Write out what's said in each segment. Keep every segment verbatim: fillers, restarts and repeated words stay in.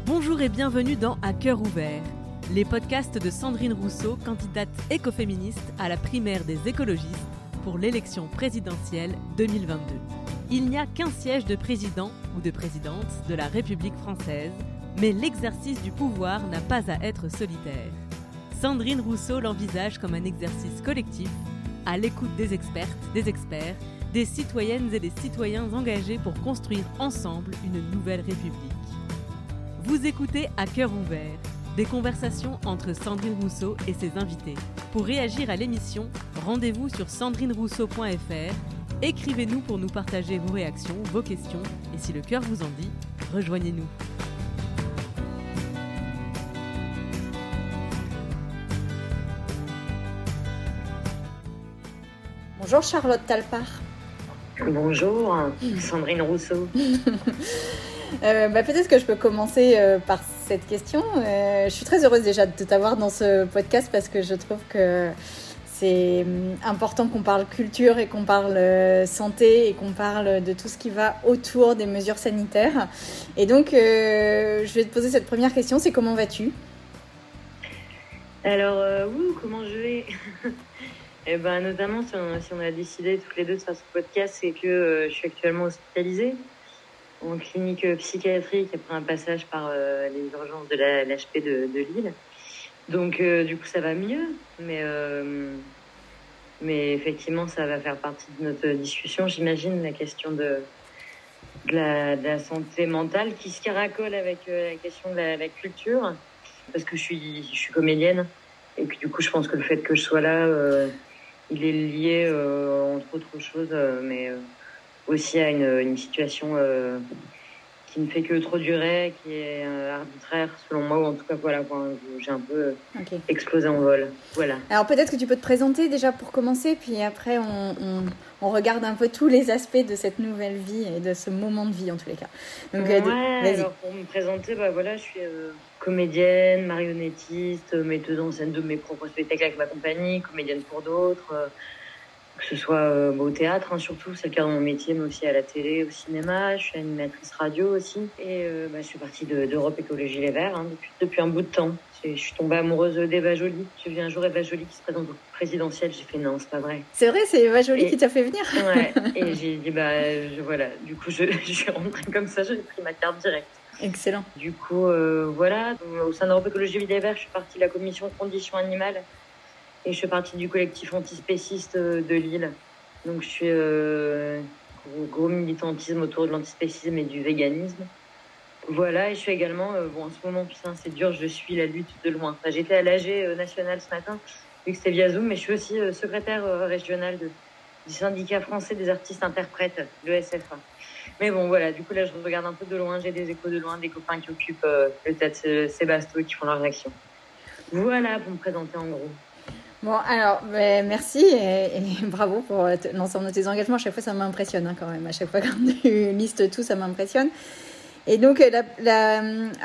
Bonjour et bienvenue dans À cœur ouvert, les podcasts de Sandrine Rousseau, candidate écoféministe à la primaire des écologistes pour l'élection présidentielle deux mille vingt-deux. Il n'y a qu'un siège de président ou de présidente de la République française, mais l'exercice du pouvoir n'a pas à être solitaire. Sandrine Rousseau l'envisage comme un exercice collectif, à l'écoute des expertes, des experts, des citoyennes et des citoyens engagés pour construire ensemble une nouvelle République. Vous écoutez À cœur ouvert, des conversations entre Sandrine Rousseau et ses invités. Pour réagir à l'émission, rendez-vous sur sandrine rousseau point f r. Écrivez-nous pour nous partager vos réactions, vos questions, et si le cœur vous en dit, rejoignez-nous. Bonjour Charlotte Talpart. Bonjour Sandrine Rousseau. euh, bah, peut-être que je peux commencer euh, par cette question. Euh, je suis très heureuse déjà de t'avoir dans ce podcast parce que je trouve que c'est important qu'on parle culture et qu'on parle santé et qu'on parle de tout ce qui va autour des mesures sanitaires. Et donc, euh, je vais te poser cette première question, c'est comment vas-tu ? Alors, euh, ouh, comment je vais ? Eh ben, notamment, si on, si on a décidé toutes les deux de faire ce podcast, c'est que euh, je suis actuellement hospitalisée en clinique psychiatrique après un passage par euh, les urgences de la, l'H P de, de Lille. Donc, euh, du coup, ça va mieux, mais, euh, mais effectivement, ça va faire partie de notre discussion, j'imagine, la question de, de, la, de la santé mentale qui se caracole avec euh, la question de la, la culture, parce que je suis, je suis comédienne et que du coup, je pense que le fait que je sois là, euh, il est lié, euh, entre autres choses, euh, mais euh, aussi à une, une situation euh, qui ne fait que trop durer, qui est euh, arbitraire selon moi, ou en tout cas, voilà, quand j'ai un peu okay. explosé en vol. Voilà. Alors peut-être que tu peux te présenter déjà pour commencer, puis après on, on, on regarde un peu tous les aspects de cette nouvelle vie et de ce moment de vie en tous les cas. Donc, ouais, euh, vas-y. Alors pour me présenter, bah, voilà, je suis euh, comédienne, marionnettiste, metteuse en scène de mes propres spectacles avec ma compagnie, comédienne pour d'autres, euh, que ce soit euh, au théâtre, hein, surtout, c'est le cas de mon métier, mais aussi à la télé, au cinéma. Je suis animatrice radio aussi. Et euh, bah, je suis partie de, d'Europe Écologie Les Verts hein, depuis, depuis un bout de temps. Je suis tombée amoureuse d'Eva Joly. J'ai vu un jour Eva Joly qui se présente au présidentiel. J'ai fait non, c'est pas vrai. C'est vrai, c'est Eva Joly et, qui t'a fait venir. Ouais, et j'ai dit, bah je, voilà. Du coup, je, je suis rentrée comme ça, j'ai pris ma carte directe. Excellent. Du coup, euh, voilà. Au sein d'Europe Écologie Les Verts, je suis partie de la commission conditions animales. Et je fais partie du collectif antispéciste de Lille. Donc, je suis euh, gros, gros militantisme autour de l'antispécisme et du véganisme. Voilà, et je suis également, euh, bon, en ce moment, putain, c'est dur, je suis la lutte de loin. Enfin, j'étais à l'A G national ce matin, vu que c'était via Zoom, mais je suis aussi euh, secrétaire euh, régionale de, du syndicat français des artistes interprètes, le S F A. Mais bon, voilà, du coup, là, je regarde un peu de loin, j'ai des échos de loin, des copains qui occupent euh, le théâtre Sébasto qui font leurs actions. Voilà, pour me présenter en gros. Bon, alors, ben, merci et, et bravo pour l'ensemble de tes engagements. À chaque fois, ça m'impressionne hein, quand même. À chaque fois, quand tu listes tout, ça m'impressionne. Et donc, la, la,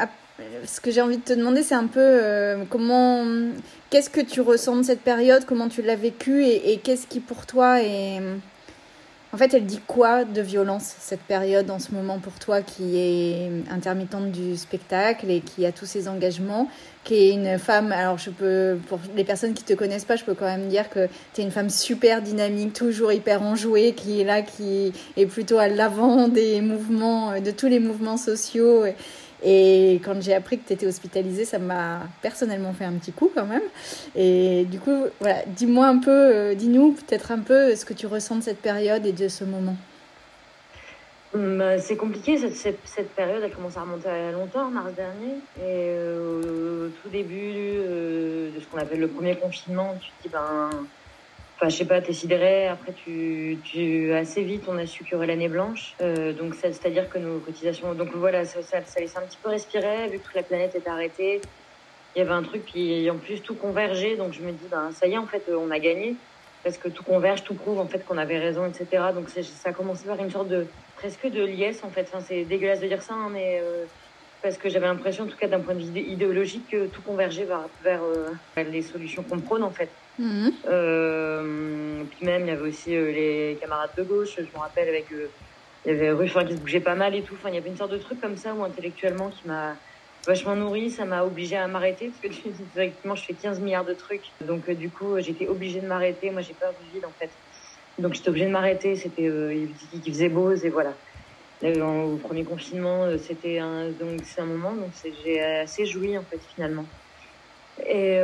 ce que j'ai envie de te demander, c'est un peu euh, comment, qu'est-ce que tu ressens de cette période, comment tu l'as vécue et, et qu'est-ce qui pour toi est... En fait, elle dit quoi de violence, cette période en ce moment pour toi qui est intermittente du spectacle et qui a tous ses engagements, qui est une femme, alors je peux, pour les personnes qui ne te connaissent pas, je peux quand même dire que tu es une femme super dynamique, toujours hyper enjouée, qui est là, qui est plutôt à l'avant des mouvements, de tous les mouvements sociaux. Et quand j'ai appris que tu étais hospitalisée, ça m'a personnellement fait un petit coup quand même. Et du coup, voilà, dis-moi un peu, euh, dis-nous peut-être un peu ce que tu ressens de cette période et de ce moment. Bah, c'est compliqué, cette, cette, cette période, elle commence à remonter à longtemps, en mars dernier. Et euh, au tout début euh, de ce qu'on appelle le premier confinement, tu te dis, ben... Enfin, je sais pas, t'es sidéré. Après, tu, tu, assez vite, on a su qu'il y aurait l'année blanche. Euh, donc, ça, c'est-à-dire que nos cotisations... Donc, voilà, ça, ça, ça laissait un petit peu respirer, vu que toute la planète était arrêtée. Il y avait un truc, puis en plus, tout convergeait. Donc, je me dis, ben, ça y est, en fait, on a gagné. Parce que tout converge, tout prouve, en fait, qu'on avait raison, et cetera. Donc, c'est, ça a commencé par une sorte de... presque de liesse, en fait. Enfin, c'est dégueulasse de dire ça, hein, mais... Euh, parce que j'avais l'impression, en tout cas d'un point de vue idéologique, que tout convergeait vers, vers euh, les solutions qu'on prône, en fait. Mmh. Euh, puis même, il y avait aussi euh, les camarades de gauche, je me rappelle, avec... Euh, il y avait Ruffin qui se bougeait pas mal et tout. Enfin, il y avait une sorte de truc comme ça, où intellectuellement, qui m'a, vachement nourrie. Ça m'a obligée à m'arrêter parce que directement, je fais quinze milliards de trucs. Donc, euh, du coup, j'étais obligée de m'arrêter. Moi, j'ai peur du vide, en fait. Donc, j'étais obligée de m'arrêter. C'était, euh, il faisait beau, et voilà. Là, au premier confinement, c'était un, donc, c'est un moment, donc c'est, j'ai assez joui, en fait, finalement. Et,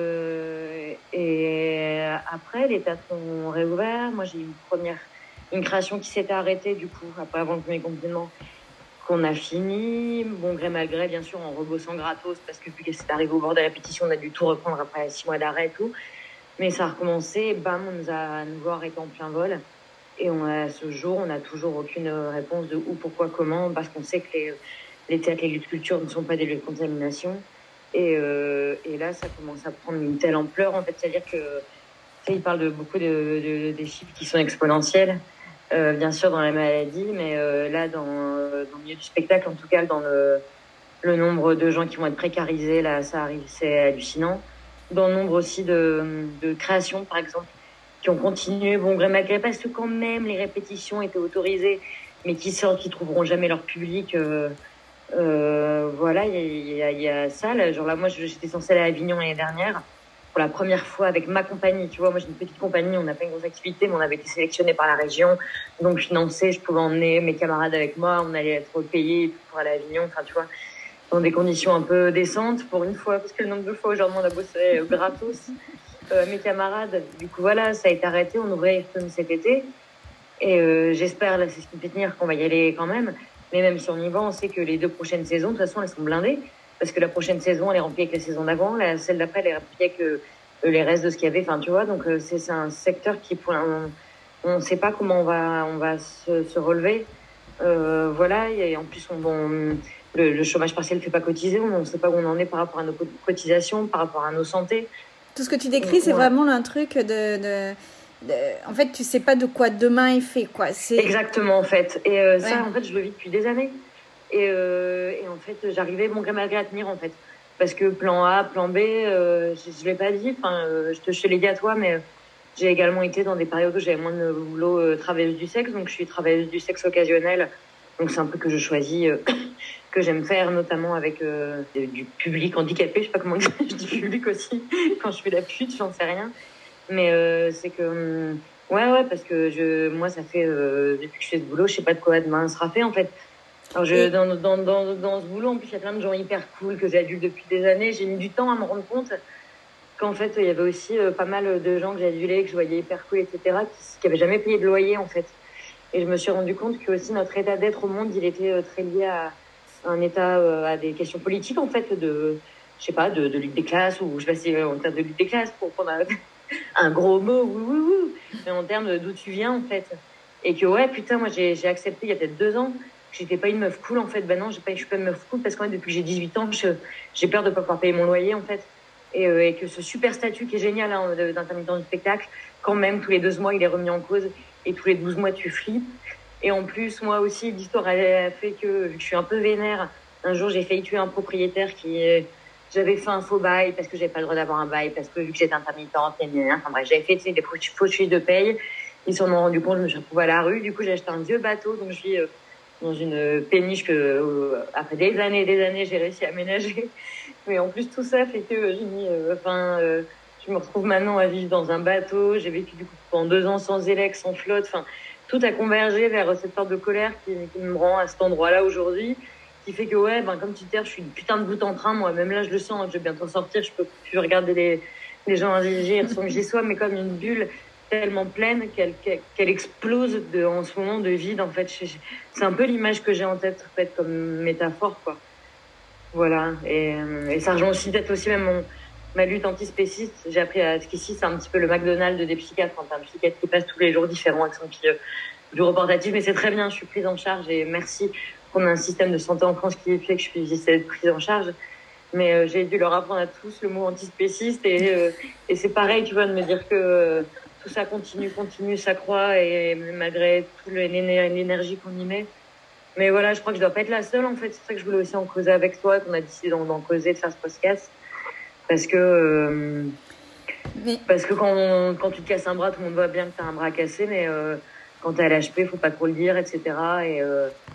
euh, et après, les théâtres ont réouvert. Moi, j'ai eu une première, une création qui s'était arrêtée, du coup, après, avant le premier confinement, qu'on a fini. Bon, gré mal gré, bien sûr, en rebossant gratos, parce que vu que c'est arrivé au bord des répétitions, on a dû tout reprendre après six mois d'arrêt et tout. Mais ça a recommencé, et bam, on nous a à nouveau arrêté en plein vol. Et on a, à ce jour, on n'a toujours aucune réponse de où, pourquoi, comment, parce qu'on sait que les, les théâtres, les lieux de culture ne sont pas des lieux de contamination. Et, euh, et là, ça commence à prendre une telle ampleur, en fait, c'est-à-dire que, tu sais, ils parlent de beaucoup de, de, des chiffres qui sont exponentiels, euh, bien sûr, dans la maladie, mais euh, là, dans, dans le milieu du spectacle, en tout cas, dans le, le nombre de gens qui vont être précarisés, là, ça arrive, c'est hallucinant. Dans le nombre aussi de, de créations, par exemple, qui ont continué, bon, gré mal gré, parce que quand même, les répétitions étaient autorisées, mais qui sortent, qui trouveront jamais leur public, euh, Euh, voilà, il y, y, y a ça. Là, genre là, moi, j'étais censée aller à Avignon l'année dernière pour la première fois avec ma compagnie. Tu vois, moi, j'ai une petite compagnie, on n'a pas une grosse activité, mais on avait été sélectionné par la région, donc financé. Je pouvais emmener mes camarades avec moi, on allait être payés pour aller à Avignon. Enfin, tu vois, dans des conditions un peu décentes pour une fois, parce que le nombre de fois aujourd'hui on a bossé gratos. Euh, mes camarades, du coup, voilà, ça a été arrêté. On ouvrait cet été, et euh, j'espère, là, c'est ce qui peut tenir, qu'on va y aller quand même. Mais même si on y va, on sait que les deux prochaines saisons, de toute façon, elles sont blindées. Parce que la prochaine saison, elle est remplie avec la saison d'avant. La, celle d'après, elle est remplie avec euh, les restes de ce qu'il y avait. Enfin, tu vois, donc euh, c'est, c'est un secteur qui, pour on ne sait pas comment on va, on va se, se relever. Euh, voilà, et en plus, on, bon, le, le chômage partiel ne fait pas cotiser. On ne sait pas où on en est par rapport à nos cotisations, par rapport à nos santé. Tout ce que tu décris, c'est voilà. Vraiment un truc de... de... De, en fait, tu sais pas de quoi demain est fait, quoi. C'est... Exactement, en fait. Et euh, ça, ouais. en fait, je le vis depuis des années. Et, euh, et en fait, j'arrivais mon gré malgré à tenir, en fait. Parce que plan A, plan B, euh, je, je l'ai pas dit. Enfin, euh, je te je te l'ai dit à toi, mais j'ai également été dans des périodes où j'avais moins de boulot euh, travailleuse du sexe. Donc, je suis travailleuse du sexe occasionnelle. Donc, c'est un truc que je choisis, euh, que j'aime faire, notamment avec euh, du public handicapé. Je sais pas comment dire, je dis public aussi. Quand je fais la pute, j'en sais rien. Mais euh, c'est que ouais ouais parce que je moi ça fait euh, depuis que je fais ce boulot, je sais pas de quoi demain sera fait en fait. Alors je dans dans dans dans ce boulot en plus il y a plein de gens hyper cool que j'adulte depuis des années. J'ai mis du temps à me rendre compte qu'en fait il y avait aussi euh, pas mal de gens que j'adulais, que je voyais hyper cool, etc., qui qui avaient jamais payé de loyer en fait. Et je me suis rendu compte que aussi notre état d'être au monde il était euh, très lié à un état euh, à des questions politiques en fait, de je sais pas de, de lutte des classes, ou je sais pas si en termes de lutte des classes pour prendre un un gros mot, oui, oui, oui, mais en termes d'où tu viens, en fait. Et que, ouais, putain, moi, j'ai, j'ai accepté il y a peut-être deux ans que j'étais pas une meuf cool, en fait. Ben non, j'ai pas, je suis pas une meuf cool parce qu'en fait, depuis que j'ai dix-huit ans, je, j'ai peur de pas pouvoir payer mon loyer, en fait. Et, euh, et que ce super statut qui est génial, hein, d'intermittent du spectacle, quand même, tous les douze mois, il est remis en cause, et tous les douze mois, tu flippes. Et en plus, moi aussi, l'histoire, elle a fait que, vu que je suis un peu vénère, un jour, j'ai failli tuer un propriétaire qui... Euh, j'avais fait un faux bail parce que j'avais pas le droit d'avoir un bail, parce que vu que j'étais intermittente, enfin bref, j'avais fait des faux fiches de paye. Ils s'en ont rendu compte, je me suis retrouvée à la rue. Du coup, j'ai acheté un vieux bateau, donc je suis euh, dans une péniche que, euh, après des années et des années, j'ai réussi à aménager. Mais en plus, tout ça fait que euh, j'ai mis, euh, enfin, euh, je me retrouve maintenant à vivre dans un bateau. J'ai vécu du coup pendant deux ans sans élec, sans flotte. Enfin, tout a convergé vers cette sorte de colère qui, qui me rend à cet endroit-là aujourd'hui. Qui fait que, ouais, ben, comme tu dis, je suis une putain de bout en train, moi. Même là, je le sens, je vais bientôt sortir, je peux plus regarder les, les gens agir sans que j'y sois, mais comme une bulle tellement pleine qu'elle, qu'elle, qu'elle explose de, en ce moment de vide, en fait. C'est un peu l'image que j'ai en tête, en fait, comme métaphore, quoi. Voilà. Et, et ça rejoint aussi, peut-être aussi même mon, ma lutte antispéciste. J'ai appris à ce qu'ici, c'est un petit peu le McDonald's des psychiatres, enfin, un psychiatre qui passe tous les jours différents avec son petit bureau portatif, mais c'est très bien, je suis prise en charge et merci. On a un système de santé en France qui fait que je puisse être prise en charge. Mais euh, j'ai dû leur apprendre à tous le mot antispéciste. Et, euh, et c'est pareil, tu vois, de me dire que euh, tout ça continue, continue, ça croît. Et malgré toute l'énergie qu'on y met. Mais voilà, je crois que je dois pas être la seule, en fait. C'est pour ça que je voulais aussi en causer avec toi, qu'on a décidé d'en, d'en causer, de faire ce podcast. Parce que, euh, mais... parce que quand, on, quand tu te casses un bras, tout le monde voit bien que tu as un bras cassé. Mais euh, quand tu es à l'H P, il faut pas trop le dire, et cetera. Et... Euh,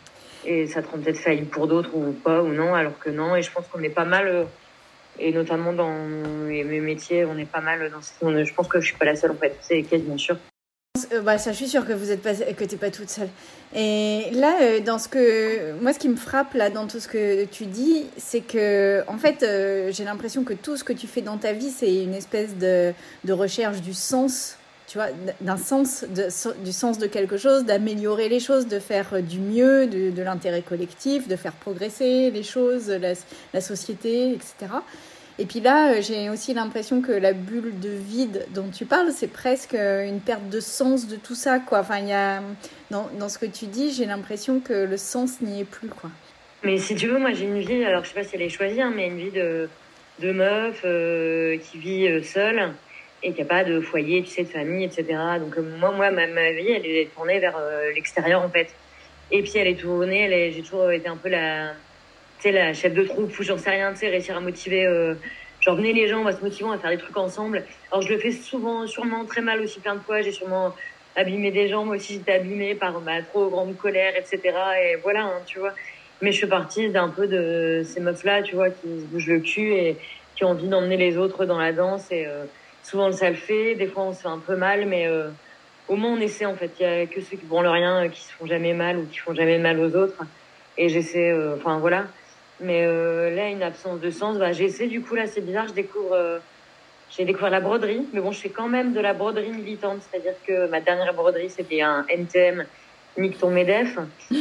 et ça te rend peut-être failli pour d'autres ou pas ou non, alors que non. Et je pense qu'on est pas mal, euh, et notamment dans mes métiers, on est pas mal dans ce on, je pense que je suis pas la seule en fait, c'est quasiment sûr. Euh, bah, ça, je suis sûre que vous êtes pas, que t'es pas toute seule. Et là, euh, dans ce que, moi, ce qui me frappe là dans tout ce que tu dis, c'est que, en fait, euh, j'ai l'impression que tout ce que tu fais dans ta vie, c'est une espèce de, de recherche du sens, tu vois, d'un sens, de, du sens de quelque chose, d'améliorer les choses, de faire du mieux, de, de l'intérêt collectif, de faire progresser les choses, la, la société, et cetera. Et puis là, j'ai aussi l'impression que la bulle de vide dont tu parles, c'est presque une perte de sens de tout ça, quoi. Enfin, il y a, dans, dans ce que tu dis, j'ai l'impression que le sens n'y est plus, quoi. Mais si tu veux, moi, j'ai une vie, alors je sais pas si elle est choisie, hein, mais une vie de, de meuf euh, qui vit euh, seule et qui n'a pas de foyer, tu sais, de famille, et cetera. Donc, euh, moi, moi ma, ma vie, elle est tournée vers euh, l'extérieur, en fait. Et puis, elle est tournée, elle est, j'ai toujours été un peu la... tu sais, la chef de troupe, ou j'en sais rien, tu sais, réussir à motiver, euh, genre, venez les gens, on va se motiver, on va faire des trucs ensemble. Alors, je le fais souvent, sûrement très mal aussi plein de fois, j'ai sûrement abîmé des gens, moi aussi, j'étais abîmée par ma trop grande colère, et cetera. Et voilà, hein, tu vois. Mais je fais partie d'un peu de ces meufs-là, tu vois, qui se bougent le cul et qui ont envie d'emmener les autres dans la danse. Et euh, souvent, ça le fait, des fois, on se fait un peu mal, mais euh, au moins, on essaie, en fait. Il y a que ceux qui branlent rien, qui se font jamais mal ou qui font jamais mal aux autres. Et j'essaie, euh, enfin, voilà. Mais euh, là, une absence de sens, bah, j'essaie, du coup, là, c'est bizarre, je découvre, euh, j'ai découvert la broderie, mais bon, je fais quand même de la broderie militante, c'est-à-dire que ma dernière broderie, c'était un N T M, nique ton MEDEF,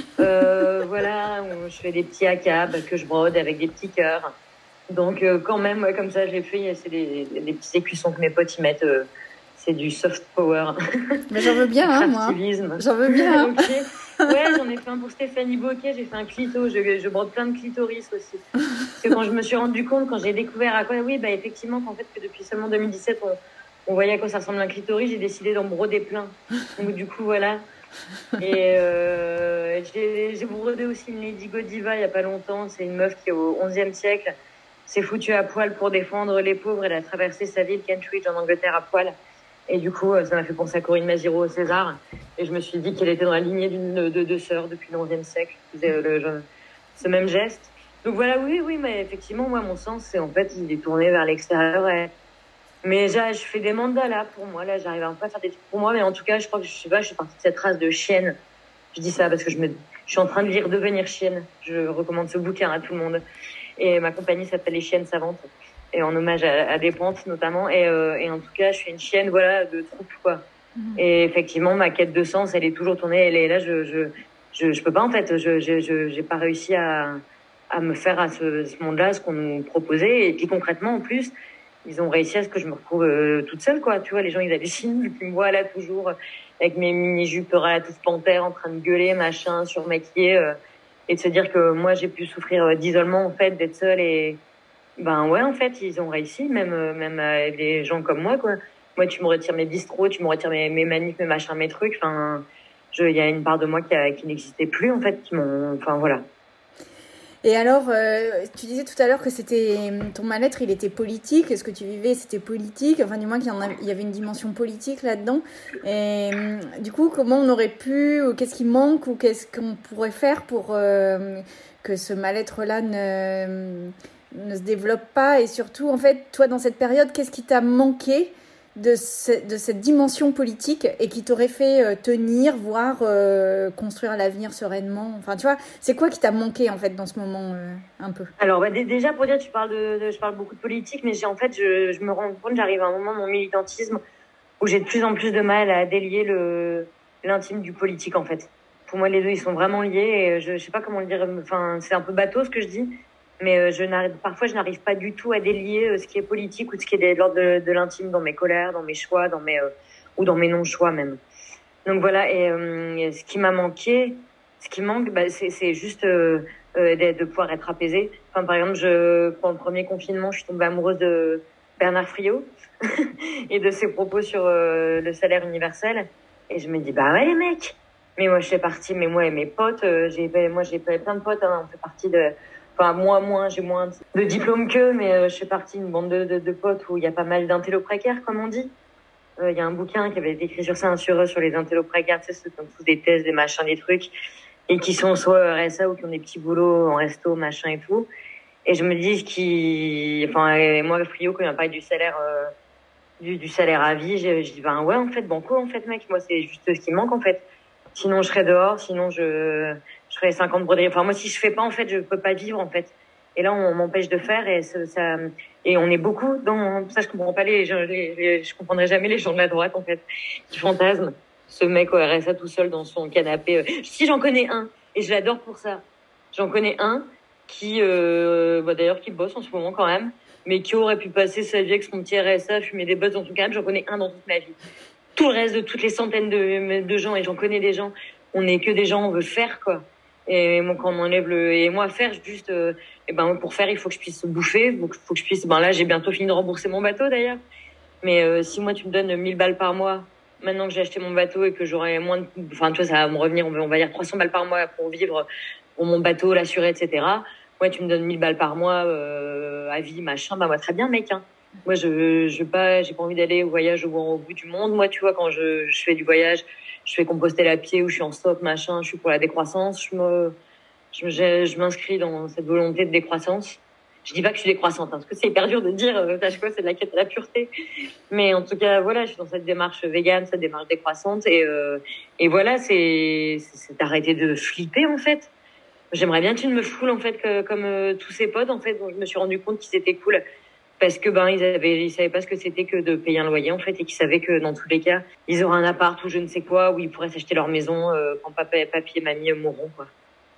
euh, voilà, où je fais des petits hacabs que je brode avec des petits cœurs. Donc, euh, quand même, ouais, comme ça, j'ai fait, c'est des, des petits écussons que mes potes y mettent, euh, c'est du soft power. Mais j'en veux bien, hein, moi. J'en veux bien. Hein. Okay. Ouais, j'en ai fait un pour Stéphanie Bocquet, j'ai fait un clito, je, je brode plein de clitoris aussi. C'est quand je me suis rendu compte, quand j'ai découvert à quoi, oui, bah effectivement, qu'en fait, que depuis seulement deux mille dix-sept, on, on voyait à quoi ça ressemble un clitoris, j'ai décidé d'en broder plein. Donc du coup, voilà. Et euh, j'ai, j'ai brodé aussi une Lady Godiva il y a pas longtemps, c'est une meuf qui au onzième siècle s'est foutue à poil pour défendre les pauvres, elle a traversé sa ville, Kentridge, en Angleterre, à poil. Et du coup, ça m'a fait penser à Corinne Maziero au César. Et je me suis dit qu'elle était dans la lignée d'une, de deux sœurs depuis le onzième siècle, qui faisaient le, le, ce même geste. Donc voilà, oui, oui, mais effectivement, moi, mon sens, c'est en fait, il est tourné vers l'extérieur. Et... Mais là, je fais des mandalas pour moi. Là, j'arrive un peu à faire des trucs pour moi. Mais en tout cas, je crois que je sais pas, je suis partie de cette race de chienne. Je dis ça parce que je, me, je suis en train de lire Devenir chienne. Je recommande ce bouquin à tout le monde. Et ma compagnie s'appelle Les Chiennes Savantes. Et en hommage à, à des pentes notamment. Et, euh, et en tout cas, je suis une chienne, voilà, de troupe, quoi. Mmh. Et effectivement, ma quête de sens, elle est toujours tournée. Elle est là, je, je, je, je peux pas, en fait. Je, je, je, j'ai pas réussi à, à me faire à ce, ce monde-là, ce qu'on nous proposait. Et puis concrètement, en plus, ils ont réussi à ce que je me retrouve euh, toute seule, quoi. Tu vois, les gens, ils hallucinent. Ils me voient là, toujours, avec mes mini-jupes, là, toute panthère, en train de gueuler, machin, surmaquillée. Euh, et de se dire que moi, j'ai pu souffrir d'isolement, en fait, d'être seule et, ben ouais, en fait, ils ont réussi, même même euh, des gens comme moi, quoi. Moi, tu me retires mes bistros, tu me retires mes, mes manifs, mes machins, mes trucs. Enfin, il y a une part de moi qui, a, qui n'existait plus, en fait, qui m'ont... Enfin, voilà. Et alors, euh, tu disais tout à l'heure que c'était ton mal-être, il était politique. Ce que tu vivais, c'était politique. Enfin, du moins qu'il y, en a, il y avait une dimension politique là-dedans. Et du coup, comment on aurait pu, ou qu'est-ce qui manque, ou qu'est-ce qu'on pourrait faire pour euh, que ce mal-être-là ne... ne se développe pas, et surtout, en fait, toi, dans cette période, qu'est-ce qui t'a manqué de, ce, de cette dimension politique et qui t'aurait fait euh, tenir, voire euh, construire l'avenir sereinement? Enfin, tu vois, c'est quoi qui t'a manqué, en fait, dans ce moment, euh, un peu? Alors, bah, d- déjà, pour dire, tu parles de, de, je parle beaucoup de politique, mais j'ai, en fait, je, je me rends compte, j'arrive à un moment de mon militantisme où j'ai de plus en plus de mal à délier le, l'intime du politique, en fait. Pour moi, les deux, ils sont vraiment liés, et je, je sais pas comment le dire, enfin, c'est un peu bateau, ce que je dis, mais je n'arrive, parfois je n'arrive pas du tout à délier ce qui est politique ou ce qui est de l'ordre de, de l'intime dans mes colères, dans mes choix, dans mes euh, ou dans mes non-choix même. Donc voilà, et euh, ce qui m'a manqué, ce qui manque, bah, c'est, c'est juste euh, euh, de, de pouvoir être apaisée. Enfin, par exemple, je, pendant le premier confinement, je suis tombée amoureuse de Bernard Friot et de ses propos sur euh, le salaire universel, et je me dis bah ouais les mecs, mais moi je fais partie, mais moi et mes potes, euh, j'ai, moi j'ai plein de potes, hein, on fait partie de Enfin, moi, moins, j'ai moins de diplômes qu'eux, mais euh, je fais partie d'une bande de, de, de potes où il y a pas mal d'intello précaires, comme on dit. Il euh, y a un bouquin qui avait été écrit sur ça, un sur eux, sur les intello précaires, tu sais, ceux qui ont tous des thèses, des machins, des trucs. et qui sont soit R S A ou qui ont des petits boulots en resto, machin et tout. Et je me dis qu'ils, enfin, moi, Frio, quand il m'a parlé du salaire, euh, du, du salaire à vie, je, je dis, ben ouais, en fait, banco, en fait, mec, moi, c'est juste ce qui me manque, en fait. Sinon, je serais dehors, sinon, je, je ferais cinquante broderies. Enfin, moi, si je fais pas, en fait, je peux pas vivre, en fait. Et là, on m'empêche de faire, et ça, ça et on est beaucoup dans, ça, je comprends pas les gens, les, les, je comprendrai jamais les gens de la droite, en fait, qui fantasment ce mec au R S A tout seul dans son canapé. Si j'en connais un, et je l'adore pour ça, j'en connais un qui, euh, bah, d'ailleurs, qui bosse en ce moment quand même, mais qui aurait pu passer sa vie avec son petit R S A, fumer des buzz dans son canapé. J'en connais un dans toute ma vie. Tout le reste de toutes les centaines de, de gens, et j'en connais des gens, on n'est que des gens, on veut faire, quoi. Et moi, quand on enlève le, et moi, faire, juste, euh, et ben, pour faire, il faut que je puisse bouffer, donc il faut que je puisse, ben là, j'ai bientôt fini de rembourser mon bateau, d'ailleurs. Mais, euh, si moi, tu me donnes mille balles par mois, maintenant que j'ai acheté mon bateau et que j'aurai moins de, enfin, tu vois, ça va me revenir, on va dire trois cents balles par mois pour vivre, pour mon bateau, l'assurer, et cetera. Ouais, tu me donnes mille balles par mois, euh, à vie, machin, bah, moi, très bien, mec, hein. Moi, je, je veux pas, j'ai pas envie d'aller au voyage au, au bout du monde. Moi, tu vois, quand je, je fais du voyage, je fais composter à pied ou je suis en stop, machin, je suis pour la décroissance, je me, je, je, je m'inscris dans cette volonté de décroissance. Je dis pas que je suis décroissante, hein, parce que c'est hyper dur de dire, euh, à chaque fois, c'est de la quête à la pureté. Mais en tout cas, voilà, je suis dans cette démarche végane, cette démarche décroissante, et, euh, et voilà, c'est, c'est d'arrêter de flipper, en fait. J'aimerais bien que tu ne me foules, en fait, que, comme euh, tous ces potes, en fait, dont je me suis rendu compte qu'ils étaient cool. Parce que, ben, ils avaient, ils savaient pas ce que c'était que de payer un loyer, en fait, et qu'ils savaient que, dans tous les cas, ils auraient un appart ou je ne sais quoi, où ils pourraient s'acheter leur maison, euh, quand papa, papy et mamie mourront, quoi.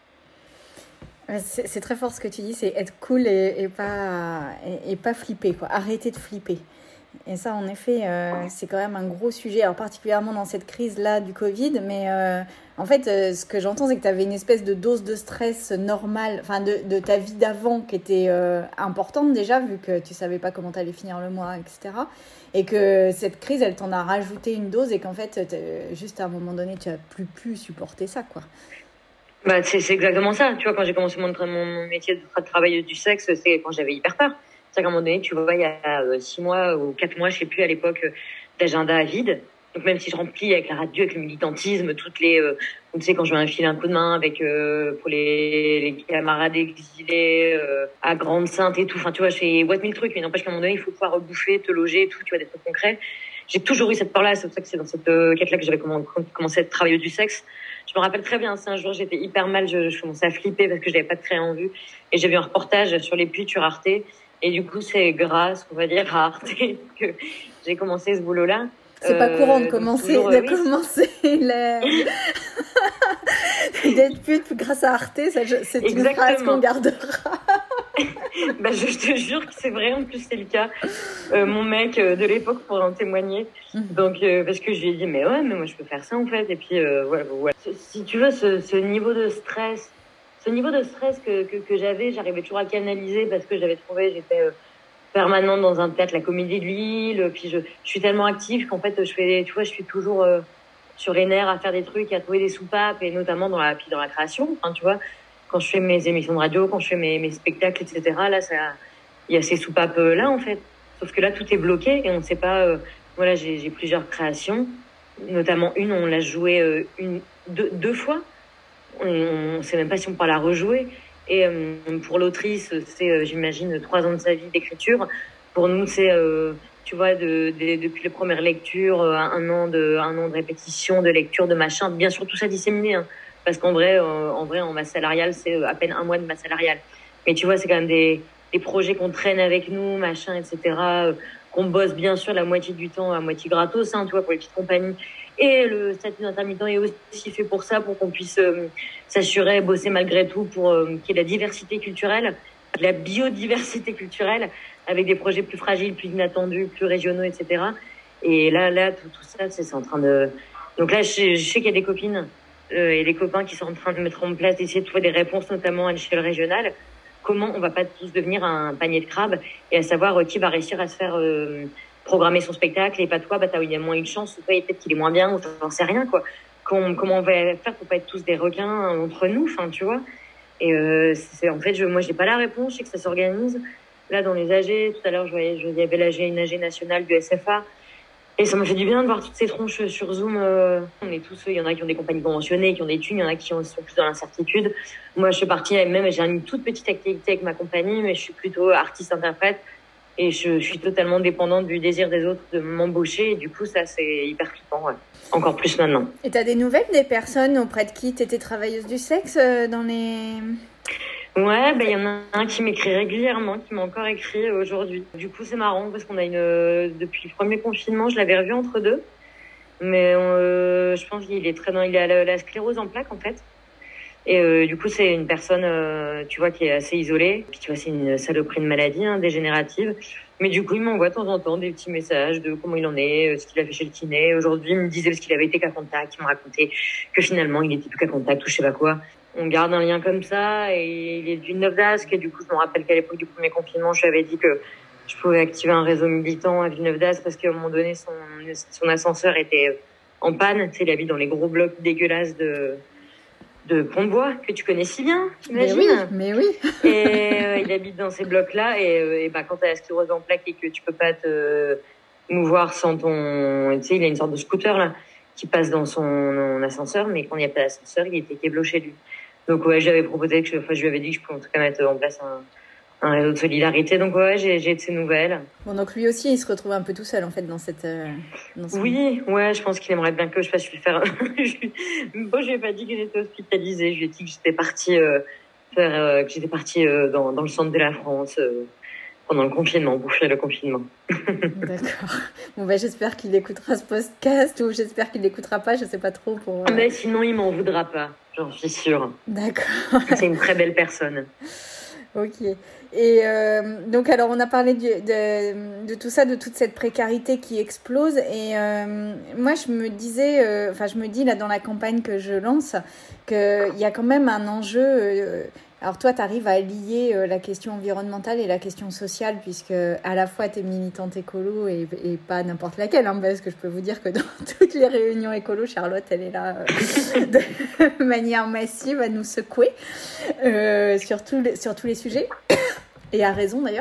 C'est, c'est très fort ce que tu dis, c'est être cool et, et pas, et, et pas flipper, quoi. Arrêter de flipper. Et ça, en effet, euh, c'est quand même un gros sujet, alors particulièrement dans cette crise-là du Covid. Mais euh, en fait, euh, ce que j'entends, c'est que tu avais une espèce de dose de stress normale, enfin de, de ta vie d'avant qui était euh, importante déjà, vu que tu savais pas comment tu allais finir le mois, et cetera. Et que cette crise, elle t'en a rajouté une dose et qu'en fait, juste à un moment donné, tu n'as plus pu supporter ça, quoi. Bah, c'est, c'est exactement ça. Tu vois, quand j'ai commencé mon, mon métier de travailleuse du sexe, c'est quand j'avais hyper peur. C'est qu'à un moment donné, tu vois, il y a euh, six mois ou quatre mois, je sais plus, à l'époque, euh, d'agenda vide. Donc, même si je remplis avec la radio, avec le militantisme, toutes les, euh, tu sais, quand je vais filer un coup de main avec, euh, pour les, les camarades exilés, euh, à Grande-Sainte et tout. Enfin, tu vois, je fais what mille trucs, mais n'empêche qu'à un moment donné, il faut pouvoir bouffer, te loger et tout, tu vois, des trucs concrets. J'ai toujours eu cette peur-là. C'est pour ça que c'est dans cette euh, quête-là que j'avais commencé à être travailleuse du sexe. Je me rappelle très bien, c'est un jour, j'étais hyper mal, je, je commençais à flipper parce que je n'avais pas de crayon en vue. Et j'ai vu un reportage sur les puits sur Arte. Et du coup, c'est grâce, on va dire, à Arte que j'ai commencé ce boulot-là. C'est euh, pas courant de commencer, toujours, de oui. commencer la... d'être pute grâce à Arte, ça, c'est Exactement. Une phrase qu'on gardera. Bah, je te jure que c'est vrai, en plus c'est le cas. Euh, mon mec euh, de l'époque pourrait en témoigner. Mmh. Donc, euh, parce que je lui ai dit, mais ouais, mais moi je peux faire ça en fait. Et puis, euh, voilà, voilà. Si tu veux, ce, ce niveau de stress, ce niveau de stress que, que, que j'avais, j'arrivais toujours à canaliser parce que j'avais trouvé, j'étais euh, permanente dans un théâtre, la Comédie de Lille. Puis je, je suis tellement active qu'en fait, je fais, tu vois, je suis toujours euh, sur les nerfs à faire des trucs, à trouver des soupapes, et notamment dans la, puis dans la création, hein, tu vois. Quand je fais mes émissions de radio, quand je fais mes, mes spectacles, et cetera, là, ça, il y a ces soupapes-là, en fait. Sauf que là, tout est bloqué et on ne sait pas... Euh, voilà, j'ai, j'ai plusieurs créations, notamment une, on l'a jouée euh, une, deux, deux fois. On ne sait même pas si on pourra la rejouer. Et euh, pour l'autrice, c'est, euh, j'imagine, trois ans de sa vie d'écriture. Pour nous, c'est, euh, tu vois, de, de, depuis les premières lectures, un an, de, un an de répétition, de lecture, de machin. Bien sûr, tout ça disséminé, hein. Parce qu'en vrai, euh, en vrai, en masse salariale, c'est à peine un mois de masse salariale. Mais tu vois, c'est quand même des, des projets qu'on traîne avec nous, machin, et cetera. Euh, qu'on bosse bien sûr la moitié du temps à moitié gratos, hein, tu vois, pour les petites compagnies. Et le statut d'intermittent est aussi fait pour ça, pour qu'on puisse euh, s'assurer, bosser malgré tout, pour euh, qu'il y ait de la diversité culturelle, de la biodiversité culturelle, avec des projets plus fragiles, plus inattendus, plus régionaux, et cetera. Et là, là, tout, tout ça, c'est, c'est en train de... Donc là, je, je sais qu'il y a des copines euh, et des copains qui sont en train de mettre en place, d'essayer de trouver des réponses, notamment à l'échelle régionale. Comment on va pas tous devenir un panier de crabes, et à savoir euh, qui va réussir à se faire euh, programmer son spectacle, et pas toi, bah, t'as il y a moins une chance, ou toi, peut-être qu'il est moins bien, ou t'en sais rien, quoi. Comment, comment on va faire pour pas être tous des requins entre nous, enfin, tu vois. Et euh, c'est, en fait, je, moi, j'ai pas la réponse, je sais que ça s'organise. Là, dans les A G, tout à l'heure, je voyais, je, il y avait l'A G, une A G nationale du S F A. Et ça m'a fait du bien de voir toutes ces tronches sur Zoom. Euh, on est tous, il y en a qui ont des compagnies conventionnées, qui ont des thunes, il y en a qui sont plus dans l'incertitude. Moi, je suis partie même, j'ai une toute petite activité avec ma compagnie, mais je suis plutôt artiste-interprète. Et je, je suis totalement dépendante du désir des autres de m'embaucher. Et du coup, ça, c'est hyper flippant, ouais. Encore plus maintenant. Et tu as des nouvelles des personnes auprès de qui tu étais travailleuse du sexe euh, dans les... Ouais, ben il y en a un qui m'écrit régulièrement, qui m'a encore écrit aujourd'hui. Du coup, c'est marrant parce qu'on a une... Depuis le premier confinement, je l'avais revu entre deux. Mais euh, je pense qu'il est très dans... Il a la, la sclérose en plaques, en fait. Et euh, du coup, c'est une personne, euh, tu vois, qui est assez isolée. Puis tu vois, c'est une saloperie de maladie, hein, dégénérative. Mais du coup, il m'envoie de temps en temps des petits messages de comment il en est, ce qu'il a fait chez le kiné. Aujourd'hui, il me disait parce qu'il avait été qu'à contact, il me racontait que finalement, il était plus qu'à contact ou je sais pas quoi. On garde un lien comme ça et il est du Villeneuve-d'Ascq. Et du coup, je me rappelle qu'à l'époque du premier confinement, je lui avais dit que je pouvais activer un réseau militant à Villeneuve-d'Ascq parce qu'à un moment donné, son, son ascenseur était en panne. Tu sais, il habite dans les gros blocs dégueulasses de... de Pont-de-Bois, que tu connais si bien, j'imagine. Mais oui, mais oui. Et euh, il habite dans ces blocs-là, et, euh, et bah, quand tu as la sclérose en plaques et que tu peux pas te euh, mouvoir sans ton... Tu sais, il a une sorte de scooter, là, qui passe dans son ascenseur, mais quand il n'y a pas d'ascenseur, il était kéblo chez lui. Donc ouais, j'avais proposé, que je, enfin, je lui avais dit que je pouvais en tout cas mettre en place un, un réseau de solidarité. Donc ouais, j'ai, j'ai de ces nouvelles. Bon, donc lui aussi, il se retrouve un peu tout seul, en fait, dans cette... Euh, dans son... Oui, ouais, je pense qu'il aimerait bien que je fasse lui faire... Bon, je lui ai pas dit que j'étais hospitalisée. Je lui ai dit que j'étais partie, euh, faire, euh, que j'étais partie euh, dans, dans le centre de la France euh, pendant le confinement, bouffer le confinement. D'accord. Bon, ben, j'espère qu'il écoutera ce podcast ou j'espère qu'il l'écoutera pas, je sais pas trop. Pour, euh... Mais sinon, il m'en voudra pas, j'en suis sûre. D'accord. C'est une très belle personne. Ok. Et euh, donc, alors, on a parlé du, de, de tout ça, de toute cette précarité qui explose. Et euh, moi, je me disais, enfin, euh, je me dis là dans la campagne que je lance, qu'il y a quand même un enjeu. Euh, alors, toi, tu arrives à lier euh, la question environnementale et la question sociale, puisque à la fois, tu es militante écolo et, et pas n'importe laquelle, hein, parce que je peux vous dire que dans toutes les réunions écolo, Charlotte, elle est là euh, de manière massive à nous secouer euh, sur, tout les, sur tous les sujets. Et à raison d'ailleurs.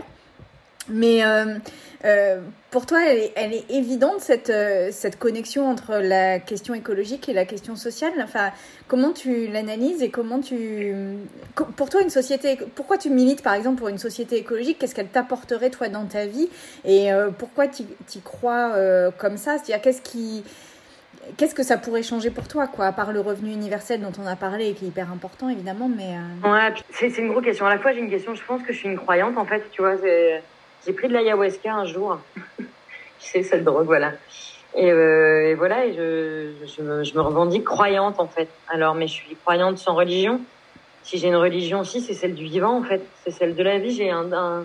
Mais euh, euh, pour toi, elle est, elle est évidente cette, euh, cette connexion entre la question écologique et la question sociale. Enfin, comment tu l'analyses et comment tu... Pour toi, une société... Pourquoi tu milites par exemple pour une société écologique? Qu'est-ce qu'elle t'apporterait toi dans ta vie? Et euh, pourquoi tu y crois euh, comme ça? C'est-à-dire, qu'est-ce qui... Qu'est-ce que ça pourrait changer pour toi, quoi, à part le revenu universel dont on a parlé et qui est hyper important, évidemment, mais... Euh... Ouais, c'est, c'est une grosse question. À la fois, j'ai une question, je pense que je suis une croyante, en fait, tu vois. C'est... J'ai pris de l'ayahuasca un jour. Tu sais, cette drogue, voilà. Et, euh, et voilà, et je, je, me, je me revendique croyante, en fait. Alors, mais je suis croyante sans religion. Si j'ai une religion aussi, c'est celle du vivant, en fait. C'est celle de la vie. J'ai un... un...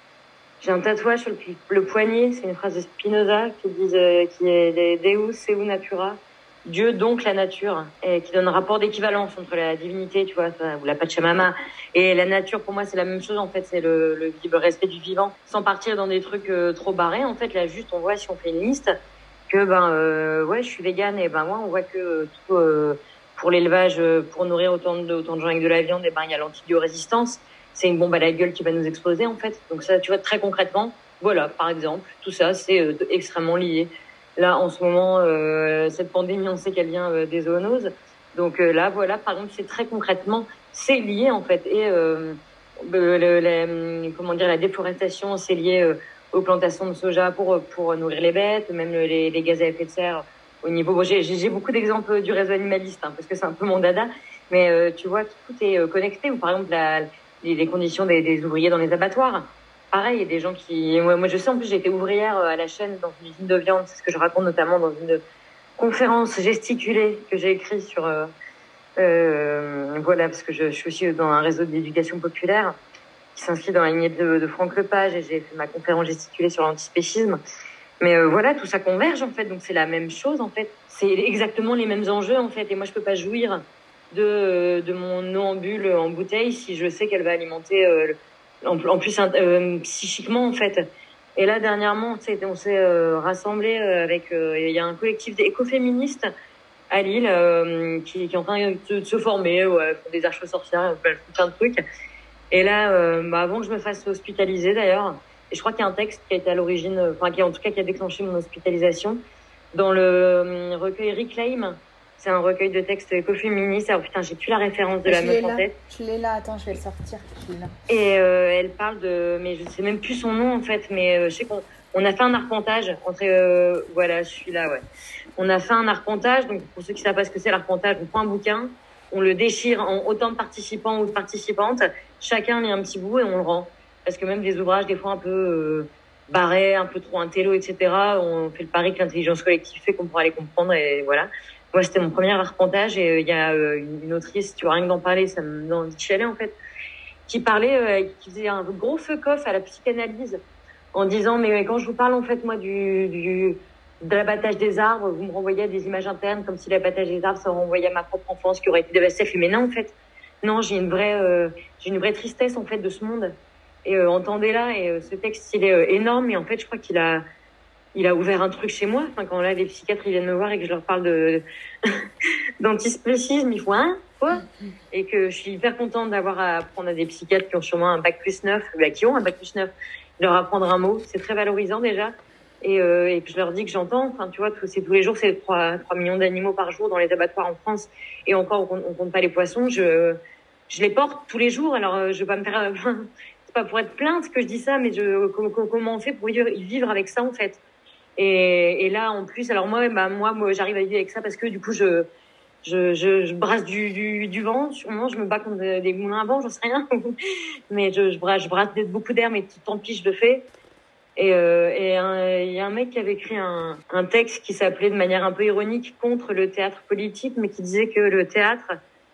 J'ai un tatouage sur le, le poignet, c'est une phrase de Spinoza qui dit euh, qui est Deus seu natura, Dieu donc la nature, et qui donne un rapport d'équivalence entre la divinité, tu vois, ou la Pachamama et la nature. Pour moi, c'est la même chose en fait, c'est le, le, le respect du vivant, sans partir dans des trucs euh, trop barrés. En fait, là, juste on voit si on fait une liste que ben euh, ouais, je suis végane et ben moi on voit que tout euh, pour l'élevage, pour nourrir autant de autant de gens avec de la viande, et ben il y a l'antibiorésistance. C'est une bombe à la gueule qui va nous exploser, en fait. Donc ça, tu vois, très concrètement, voilà, par exemple, tout ça, c'est euh, extrêmement lié. Là, en ce moment, euh, cette pandémie, on sait qu'elle vient euh, des zoonoses. Donc euh, là, voilà, par exemple, c'est très concrètement, c'est lié, en fait. Et, euh, le, le, le, comment dire, la déforestation, c'est lié euh, aux plantations de soja pour, pour nourrir les bêtes, même les, les gaz à effet de serre au niveau... Bon, j'ai, j'ai beaucoup d'exemples du réseau animaliste, hein, parce que c'est un peu mon dada. Mais euh, tu vois, tout est euh, connecté. Ou par exemple, la... les conditions des, des ouvriers dans les abattoirs. Pareil, il y a des gens qui... Moi, moi, je sais, en plus, j'ai été ouvrière à la chaîne dans une usine de viande. C'est ce que je raconte notamment dans une conférence gesticulée que j'ai écrite sur... Euh, euh, voilà, parce que je, je suis aussi dans un réseau d'éducation populaire qui s'inscrit dans la lignée de, de Franck Lepage, et j'ai fait ma conférence gesticulée sur l'antispécisme. Mais euh, voilà, tout ça converge, en fait. Donc, c'est la même chose, en fait. C'est exactement les mêmes enjeux, en fait. Et moi, je peux pas jouir de de mon eau en bulle en bouteille si je sais qu'elle va alimenter euh, en, en plus euh, psychiquement, en fait. Et là, dernièrement, on s'est euh, rassemblés avec... Il euh, y a un collectif d'écoféministes à Lille euh, qui, qui est en train de, de se former, ouais, pour des arches sorcières, plein de trucs. Et là, euh, bah, avant que je me fasse hospitaliser, d'ailleurs, et je crois qu'il y a un texte qui a été à l'origine, enfin, qui en tout cas qui a déclenché mon hospitalisation, dans le euh, recueil Reclaim. C'est un recueil de textes écoféministes. Alors putain, j'ai plus la référence de je la meuf en tête. Je l'ai là, attends, je vais le sortir. Je l'ai là. Et euh, elle parle de, mais je sais même plus son nom en fait, mais euh, je sais qu'on on a fait un arpentage entre, euh, voilà, celui-là, ouais. On a fait un arpentage, donc pour ceux qui savent pas ce que c'est l'arpentage, on prend un bouquin, on le déchire en autant de participants ou de participantes, chacun lit un petit bout et on le rend. Parce que même des ouvrages des fois un peu euh, barrés, un peu trop intello, et cetera, on fait le pari que l'intelligence collective fait qu'on pourra les comprendre et voilà. Moi, c'était mon premier arpentage et il euh, y a euh, une autrice, tu vois, rien que d'en parler, ça me donne envie de chialer en fait, qui parlait, euh, qui faisait un gros fuck-off à la psychanalyse en disant, mais quand je vous parle en fait, moi, du, du de l'abattage des arbres, vous me renvoyez à des images internes comme si l'abattage des arbres, ça renvoyait à ma propre enfance qui aurait été dévastée. Mais non, en fait, non, j'ai une vraie, euh, j'ai une vraie tristesse en fait de ce monde. Et euh, entendez-là, et euh, ce texte, il est euh, énorme. Et en fait, je crois qu'il a, il a ouvert un truc chez moi. Enfin, quand là, les psychiatres ils viennent me voir et que je leur parle de d'antispécisme, ils font hein, quoi. Et que je suis hyper contente d'avoir à apprendre à des psychiatres qui ont sûrement un bac plus neuf, bah, qui ont un bac plus neuf, leur apprendre un mot, c'est très valorisant déjà. Et, euh, et que je leur dis que j'entends, enfin, tu vois, c'est tous les jours, c'est trois millions d'animaux par jour dans les abattoirs en France. Et encore, on, on compte pas les poissons. Je, je les porte tous les jours. Alors, je vais pas me faire, c'est pas pour être plainte que je dis ça, mais je, comment, comment on fait pour vivre, vivre avec ça, en fait. Et, et là, en plus, alors moi, bah, moi, moi, j'arrive à vivre avec ça parce que du coup, je, je, je, je brasse du, du, du vent. Sûrement, je me bats contre des moulins à vent, j'en sais rien. Mais je, je brasse, je brasse beaucoup d'air, mais tant pis, je le fais. Et euh, et il y a un mec qui avait écrit un, un texte qui s'appelait de manière un peu ironique contre le théâtre politique, mais qui disait que le théâtre,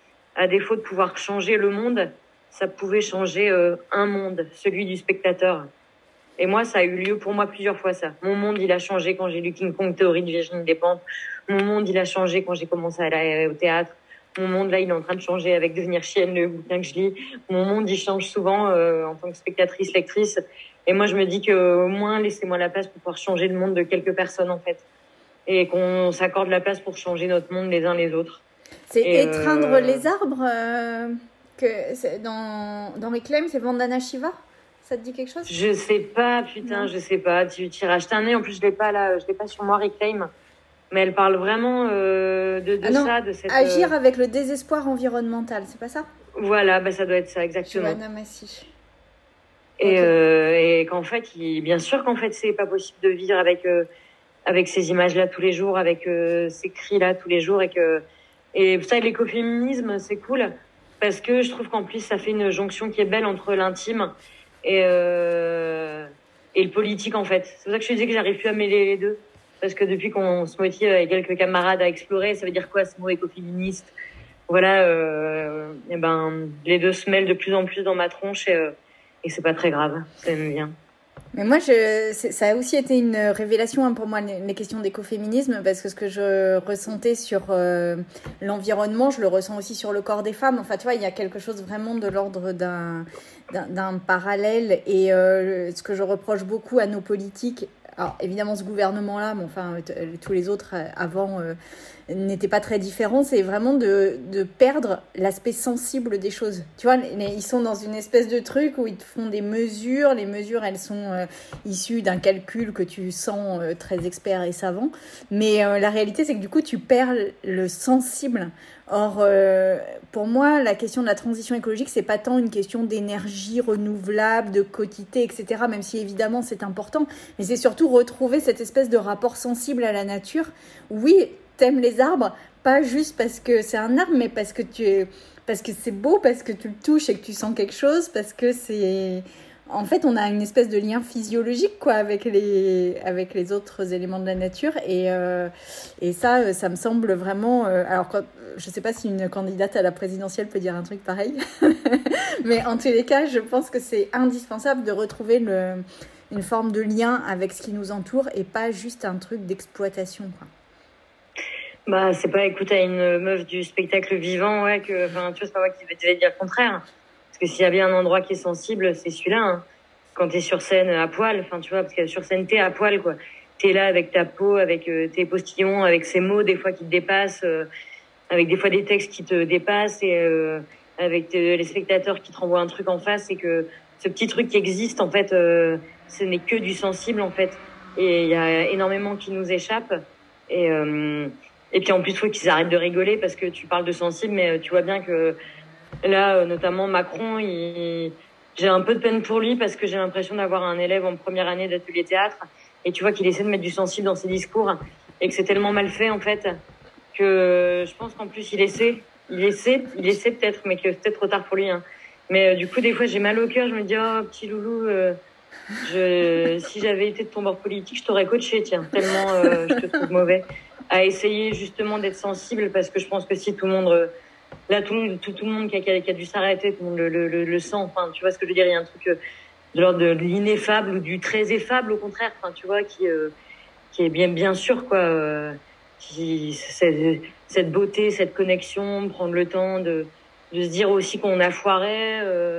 à défaut de pouvoir changer le monde, ça pouvait changer euh, un monde, celui du spectateur. Et moi, ça a eu lieu pour moi plusieurs fois, ça. Mon monde, il a changé quand j'ai lu King Kong Théorie de Virginie Despentes. Mon monde, il a changé quand j'ai commencé à aller au théâtre. Mon monde, là, il est en train de changer avec Devenir chienne, le bouquin que je lis. Mon monde, il change souvent euh, en tant que spectatrice, lectrice. Et moi, je me dis que au moins, laissez-moi la place pour pouvoir changer le monde de quelques personnes, en fait. Et qu'on s'accorde la place pour changer notre monde les uns les autres. C'est et étreindre euh... les arbres euh, que c'est dans, dans Reclaim, c'est Vandana Shiva. Ça te dit quelque chose? Je sais pas, putain, non. je sais pas. Tu t'iras acheter un nez. En plus, je l'ai pas là, je l'ai pas sur moi, Reclaim. Mais elle parle vraiment euh, de, de ah non, ça, de cette... Agir euh... avec le désespoir environnemental, c'est pas ça? Voilà, bah ça doit être ça, exactement. Joanna Massy. Et, okay. euh, et qu'en fait, il, bien sûr qu'en fait, c'est pas possible de vivre avec euh, avec ces images-là tous les jours, avec euh, ces cris-là tous les jours, et que et ça, l'écoféminisme, c'est cool parce que je trouve qu'en plus, ça fait une jonction qui est belle entre l'intime et euh, et le politique en fait. C'est pour ça que je te disais que j'arrive plus à mêler les deux, parce que depuis qu'on se motive avec quelques camarades à explorer, ça veut dire quoi ce mot écoféministe? Voilà, euh, et ben les deux se mêlent de plus en plus dans ma tronche et euh, Et c'est pas très grave, ça aime bien. Mais moi, je, ça a aussi été une révélation hein, pour moi, les questions d'écoféminisme, parce que ce que je ressentais sur euh, l'environnement, je le ressens aussi sur le corps des femmes. Enfin, tu vois, il y a quelque chose vraiment de l'ordre d'un, d'un, d'un parallèle. Et euh, ce que je reproche beaucoup à nos politiques, alors évidemment ce gouvernement-là, mais enfin t- tous les autres avant euh, n'étaient pas très différents, c'est vraiment de, de perdre l'aspect sensible des choses. Tu vois, les, ils sont dans une espèce de truc où ils te font des mesures, les mesures elles sont euh, issues d'un calcul que tu sens euh, très expert et savant, mais euh, la réalité c'est que du coup tu perds le sensible. Or, euh, pour moi, la question de la transition écologique, c'est pas tant une question d'énergie renouvelable, de quotité, et cetera, même si évidemment c'est important, mais c'est surtout retrouver cette espèce de rapport sensible à la nature. Oui, t'aimes les arbres, pas juste parce que c'est un arbre, mais parce que tu es, parce que c'est beau, parce que tu le touches et que tu sens quelque chose, parce que c'est... En fait, on a une espèce de lien physiologique quoi, avec, les, avec les autres éléments de la nature. Et, euh, et ça, ça me semble vraiment... Euh, alors, quand, je ne sais pas si une candidate à la présidentielle peut dire un truc pareil. Mais en tous les cas, je pense que c'est indispensable de retrouver le, une forme de lien avec ce qui nous entoure et pas juste un truc d'exploitation, quoi. Bah, c'est pas écoute à une meuf du spectacle vivant, ouais, que, enfin, tu vois, c'est pas moi qui vais te dire le contraire. Parce que s'il y a bien un endroit qui est sensible, c'est celui-là, hein. Quand t'es sur scène à poil, enfin, tu vois, parce que sur scène, t'es à poil, quoi. T'es là avec ta peau, avec euh, tes postillons, avec ces mots, des fois, qui te dépassent, euh, avec des fois des textes qui te dépassent et, euh, avec euh, les spectateurs qui te renvoient un truc en face, et que ce petit truc qui existe, en fait, euh, ce n'est que du sensible, en fait. Et il y a énormément qui nous échappe. Et, euh, et puis en plus, il faut qu'ils arrêtent de rigoler parce que tu parles de sensible, mais tu vois bien que là, notamment Macron, il... j'ai un peu de peine pour lui parce que j'ai l'impression d'avoir un élève en première année d'atelier théâtre et tu vois qu'il essaie de mettre du sensible dans ses discours et que c'est tellement mal fait en fait que je pense qu'en plus il essaie, il essaie, il essaie peut-être, mais que c'est peut-être trop tard pour lui. Hein. Mais euh, du coup, des fois, j'ai mal au cœur. Je me dis, oh petit loulou, euh, je... si j'avais été de ton bord politique, je t'aurais coaché, tiens, tellement euh, je te trouve mauvais. À essayer justement d'être sensible parce que je pense que si tout le monde euh, là tout, tout, tout le monde qui a, qui a, qui a dû s'arrêter, tout le monde le, le, le, le sent, enfin tu vois ce que je veux dire, il y a un truc euh, de l'ordre de l'ineffable ou du très effable au contraire, enfin tu vois, qui euh, qui est bien bien sûr quoi, euh, qui cette, cette beauté, cette connexion, prendre le temps de de se dire aussi qu'on a foiré, euh,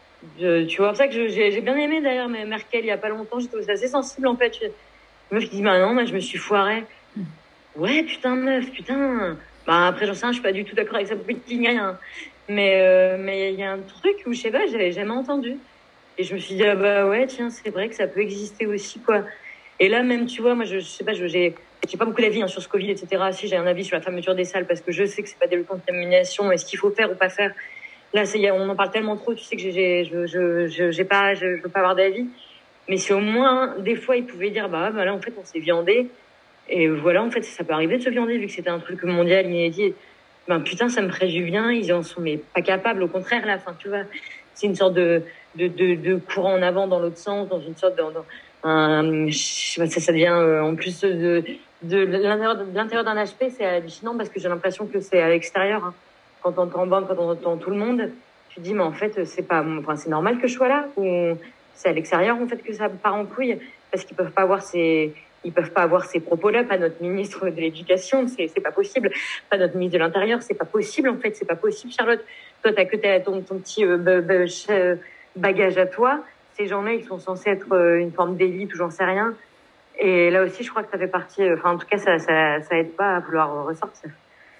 de, tu vois, c'est pour ça que je, j'ai, j'ai bien aimé d'ailleurs Merkel il y a pas longtemps, j'étais assez sensible en fait, une meuf qui dit bah non, moi je me suis foirée. Ouais, putain, meuf, putain. Bah, après, j'en sais rien, je suis pas du tout d'accord avec sa politique, ni rien. Mais, euh, mais il y a un truc où, je sais pas, j'avais jamais entendu. Et je me suis dit, ah bah ouais, tiens, c'est vrai que ça peut exister aussi, quoi. Et là, même, tu vois, moi, je, je sais pas, je, j'ai, j'ai pas beaucoup d'avis, hein, sur ce Covid, et cetera. Si, j'ai un avis sur la fermeture des salles parce que je sais que c'est pas des contaminations et ce qu'il faut faire ou pas faire. Là, c'est, y a, on en parle tellement trop, tu sais que j'ai, j'ai, je, je, je, j'ai pas, je, je veux pas avoir d'avis. Mais si au moins, des fois, ils pouvaient dire, bah, bah là, en fait, on s'est viandé. Et voilà, en fait, ça peut arriver de se viander, vu que c'était un truc mondial, inédit. Ben, putain, ça me ferait du bien, ils en sont, mais pas capables, au contraire, là, enfin, tu vois. C'est une sorte de, de, de, de courant en avant dans l'autre sens, dans une sorte de, dans, un, je sais pas, ça, ça devient, euh, en plus de, de l'intérieur, de l'intérieur d'un H P, c'est hallucinant parce que j'ai l'impression que c'est à l'extérieur, hein. Quand on entend bande, quand on entend tout le monde, tu te dis, mais en fait, c'est pas, enfin, c'est normal que je sois là, ou c'est à l'extérieur, en fait, que ça part en couille, parce qu'ils peuvent pas avoir ces, Ils peuvent pas avoir ces propos-là, pas notre ministre de l'Éducation, c'est, c'est pas possible. Pas notre ministre de l'Intérieur, c'est pas possible, en fait, c'est pas possible, Charlotte. Toi, t'as que t'as ton, ton petit euh, b- b- bagage à toi. Ces gens-là, ils sont censés être euh, une forme d'élite ou j'en sais rien. Et là aussi, je crois que ça fait partie, euh, enfin, en tout cas, ça, ça, ça aide pas à vouloir ressortir.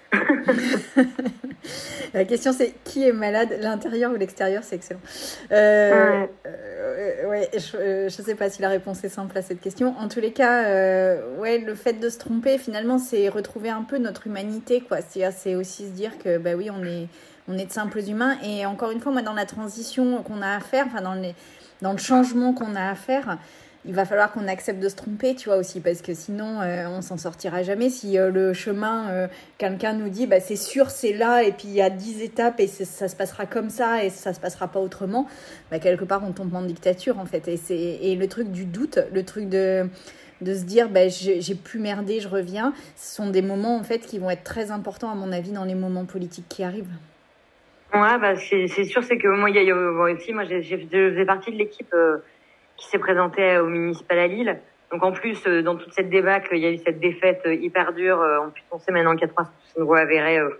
La question c'est qui est malade, l'intérieur ou l'extérieur, c'est excellent. Euh, ouais. Euh, ouais, je, euh, je sais pas si la réponse est simple à cette question. En tous les cas, euh, ouais, le fait de se tromper, finalement, c'est retrouver un peu notre humanité, quoi. C'est-à-dire, c'est aussi se dire que, bah oui, on est, on est de simples humains. Et encore une fois, moi, dans la transition qu'on a à faire, enfin, dans les, dans le changement qu'on a à faire, il va falloir qu'on accepte de se tromper, tu vois, aussi, parce que sinon, euh, on s'en sortira jamais. Si euh, le chemin, euh, quelqu'un nous dit, bah, c'est sûr, c'est là, et puis il y a dix étapes, et ça se passera comme ça, et ça se passera pas autrement, bah, quelque part, on tombe en dictature, en fait. Et, c'est, et le truc du doute, le truc de, de se dire, bah, j'ai, j'ai plus merdé, je reviens, ce sont des moments, en fait, qui vont être très importants, à mon avis, dans les moments politiques qui arrivent. Ouais, bah, c'est, c'est sûr, c'est que moi, il y a, bon, aussi, moi, j'ai, j'ai, je faisais partie de l'équipe, euh, qui s'est présenté au municipal à Lille. Donc en plus, euh, dans toute cette débâcle, il y a eu cette défaite euh, hyper dure. Euh, en plus, on sait maintenant qu'il y a trois cent soixante voix avérées, euh,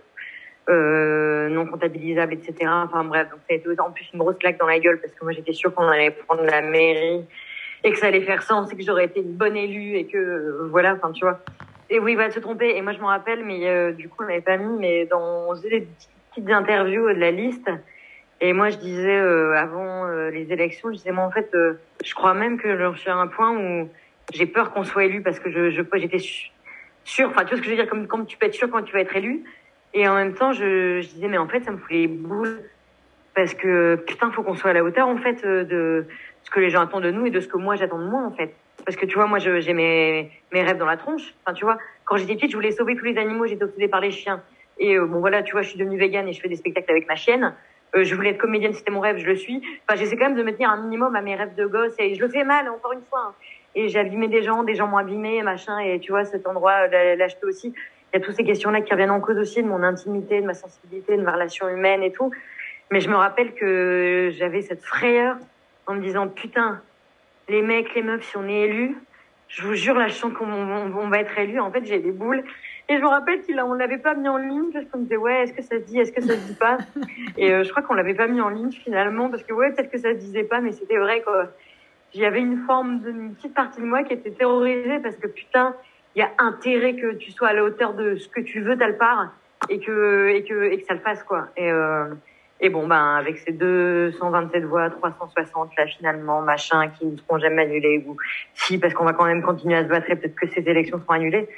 euh, non comptabilisables, et cetera. Enfin bref, donc ça a été en plus une grosse claque dans la gueule parce que moi j'étais sûre qu'on allait prendre la mairie et que ça allait faire sens et que j'aurais été une bonne élue et que euh, voilà, enfin tu vois. Et oui, il va se tromper. Et moi je m'en rappelle, mais euh, du coup on l'avait pas mis, mais dans on faisait des petites interviews de la liste. Et moi, je disais, euh, avant euh, les élections, je disais, moi, en fait, euh, je crois même que je suis à un point où j'ai peur qu'on soit élu parce que je, je j'étais sûre, enfin, tu vois ce que je veux dire, comme, comme tu peux être sûr quand tu vas être élu. Et en même temps, je, je disais, mais en fait, ça me fout les boules parce que, putain, faut qu'on soit à la hauteur, en fait, de ce que les gens attendent de nous et de ce que moi, j'attends de moi, en fait. Parce que, tu vois, moi, je, j'ai mes, mes rêves dans la tronche. Enfin, tu vois, quand j'étais petite, je voulais sauver tous les animaux, j'étais obsédée par les chiens. Et euh, bon, voilà, tu vois, je suis devenue végane et je fais des spectacles avec ma chienne. Euh, je voulais être comédienne, c'était mon rêve, je le suis. Enfin, j'essaie quand même de me tenir un minimum à mes rêves de gosse et je le fais mal, encore une fois. Hein. Et j'ai abîmé des gens, des gens m'ont abîmé, machin. Et tu vois, cet endroit, l'acheter aussi. Il y a toutes ces questions-là qui reviennent en cause aussi de mon intimité, de ma sensibilité, de ma relation humaine et tout. Mais je me rappelle que j'avais cette frayeur en me disant, putain, les mecs, les meufs, si on est élus, je vous jure, là, je sens qu'on on, on va être élus. En fait, j'ai des boules. Et je me rappelle qu'on l'avait pas mis en ligne parce qu'on me disait, ouais, est-ce que ça se dit, est-ce que ça se dit pas? Et euh, je crois qu'on l'avait pas mis en ligne finalement parce que, ouais, peut-être que ça se disait pas, mais c'était vrai, quoi. Il y avait une forme de, une petite partie de moi qui était terrorisée parce que, putain, il y a intérêt que tu sois à la hauteur de ce que tu veux, t'as le part, et que, et que, et que ça le fasse, quoi. Et, euh, et bon, ben, avec ces deux cent vingt-sept voix, trois cent soixante, là, finalement, machin, qui ne seront jamais annulées, ou si, parce qu'on va quand même continuer à se battre et peut-être que ces élections seront annulées.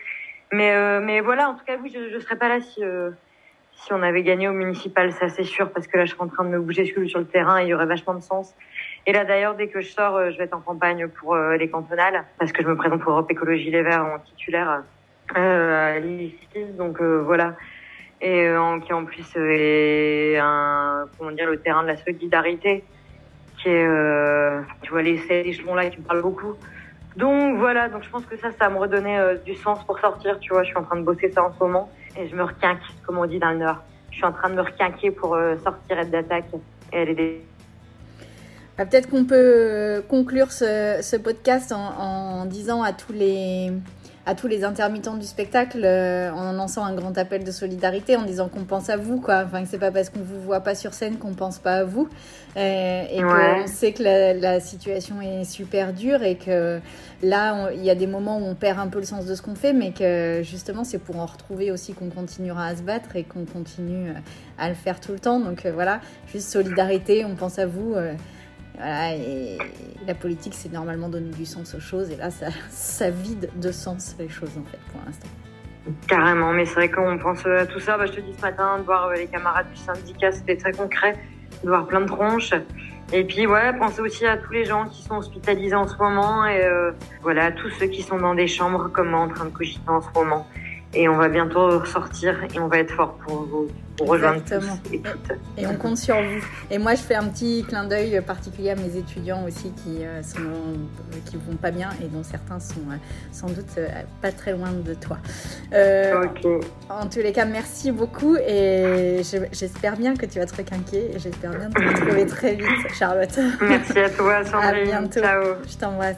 Mais, euh, mais voilà, en tout cas, oui, je ne serais pas là si, euh, si on avait gagné au municipal, ça c'est sûr, parce que là, je suis en train de me bouger sur le terrain, il y aurait vachement de sens. Et là, d'ailleurs, dès que je sors, euh, je vais être en campagne pour euh, les cantonales, parce que je me présente pour Europe Écologie Les Verts en titulaire euh, à l'I C I. Donc euh, voilà. Et euh, en, qui en plus euh, est un, comment dire, le terrain de la solidarité, qui est, euh, tu vois, les ces échelons-là qui me parlent beaucoup. Donc voilà, donc je pense que ça, ça va me redonner euh, du sens pour sortir, tu vois. Je suis en train de bosser ça en ce moment et je me requinque, comme on dit dans le Nord. Je suis en train de me requinquer pour euh, sortir être d'attaque et aller des... Bah, peut-être qu'on peut conclure ce, ce podcast en, en disant à tous les... à tous les intermittents du spectacle, euh, en lançant un grand appel de solidarité, en disant qu'on pense à vous, quoi. Enfin, que c'est pas parce qu'on vous voit pas sur scène qu'on pense pas à vous, euh, et ouais. qu'on sait que la, la situation est super dure et que là, il y a des moments où on perd un peu le sens de ce qu'on fait, mais que justement, c'est pour en retrouver aussi qu'on continuera à se battre et qu'on continue à le faire tout le temps. Donc euh, voilà, juste solidarité, on pense à vous. Euh, Voilà, et la politique, c'est normalement donner du sens aux choses, et là, ça, ça vide de sens les choses, en fait, pour l'instant. Carrément, mais c'est vrai qu'on pense à tout ça. Bah, je te dis ce matin, de voir les camarades du syndicat, c'était très concret, de voir plein de tronches. Et puis, ouais, penser aussi à tous les gens qui sont hospitalisés en ce moment, et euh, voilà, tous ceux qui sont dans des chambres, comme moi, en train de cogiter en ce moment. Et on va bientôt ressortir et on va être fort pour vous, pour rejoindre tous et toutes. Et on compte sur vous. Et moi, je fais un petit clin d'œil particulier à mes étudiants aussi qui euh, sont, qui vont pas bien et dont certains sont euh, sans doute euh, pas très loin de toi. Euh, okay. En tous les cas, merci beaucoup et je, j'espère bien que tu vas te requinquer et j'espère bien te retrouver très vite, Charlotte. Merci à toi, Sandrine. À bientôt. Ciao. Je t'embrasse.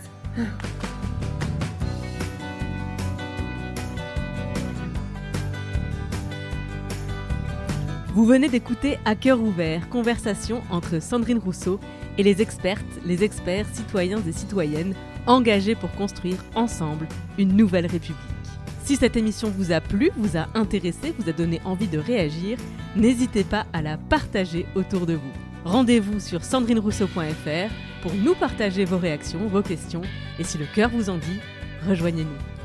Vous venez d'écouter À cœur ouvert, conversation entre Sandrine Rousseau et les expertes, les experts, citoyens et citoyennes engagés pour construire ensemble une nouvelle République. Si cette émission vous a plu, vous a intéressé, vous a donné envie de réagir, n'hésitez pas à la partager autour de vous. Rendez-vous sur sandrine rousseau point f r pour nous partager vos réactions, vos questions et si le cœur vous en dit, rejoignez-nous.